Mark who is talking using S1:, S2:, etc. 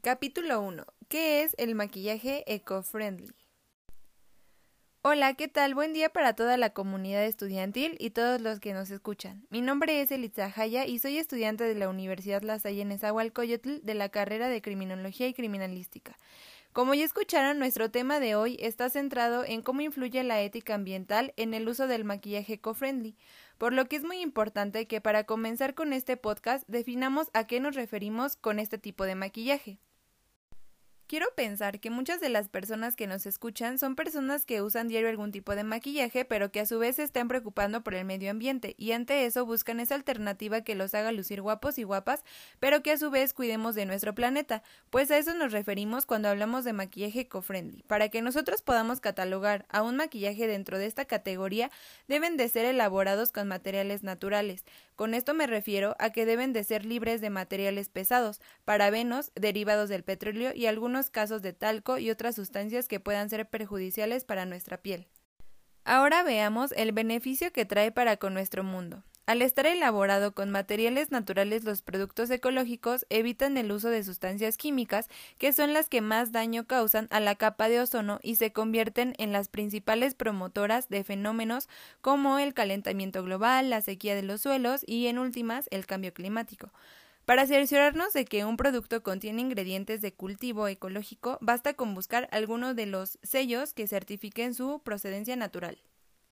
S1: Capítulo 1. ¿Qué es el maquillaje eco-friendly? Hola, ¿qué tal? Buen día para toda la comunidad estudiantil y todos los que nos escuchan. Mi nombre es Elitza Jaya y soy estudiante de la Universidad La Salle en Nezahualcóyotl de la carrera de Criminología y Criminalística. Como ya escucharon, nuestro tema de hoy está centrado en cómo influye la ética ambiental en el uso del maquillaje eco-friendly, por lo que es muy importante que para comenzar con este podcast definamos a qué nos referimos con este tipo de maquillaje. Quiero pensar que muchas de las personas que nos escuchan son personas que usan diario algún tipo de maquillaje, pero que a su vez se están preocupando por el medio ambiente, y ante eso buscan esa alternativa que los haga lucir guapos y guapas, pero que a su vez cuidemos de nuestro planeta, pues a eso nos referimos cuando hablamos de maquillaje eco-friendly. Para que nosotros podamos catalogar a un maquillaje dentro de esta categoría, deben de ser elaborados con materiales naturales. Con esto me refiero a que deben de ser libres de materiales pesados, parabenos, derivados del petróleo y algunos casos de talco y otras sustancias que puedan ser perjudiciales para nuestra piel. Ahora veamos el beneficio que trae para con nuestro mundo. Al estar elaborado con materiales naturales, los productos ecológicos evitan el uso de sustancias químicas, que son las que más daño causan a la capa de ozono y se convierten en las principales promotoras de fenómenos como el calentamiento global, la sequía de los suelos y, en últimas, el cambio climático. Para cerciorarnos de que un producto contiene ingredientes de cultivo ecológico, basta con buscar alguno de los sellos que certifiquen su procedencia natural.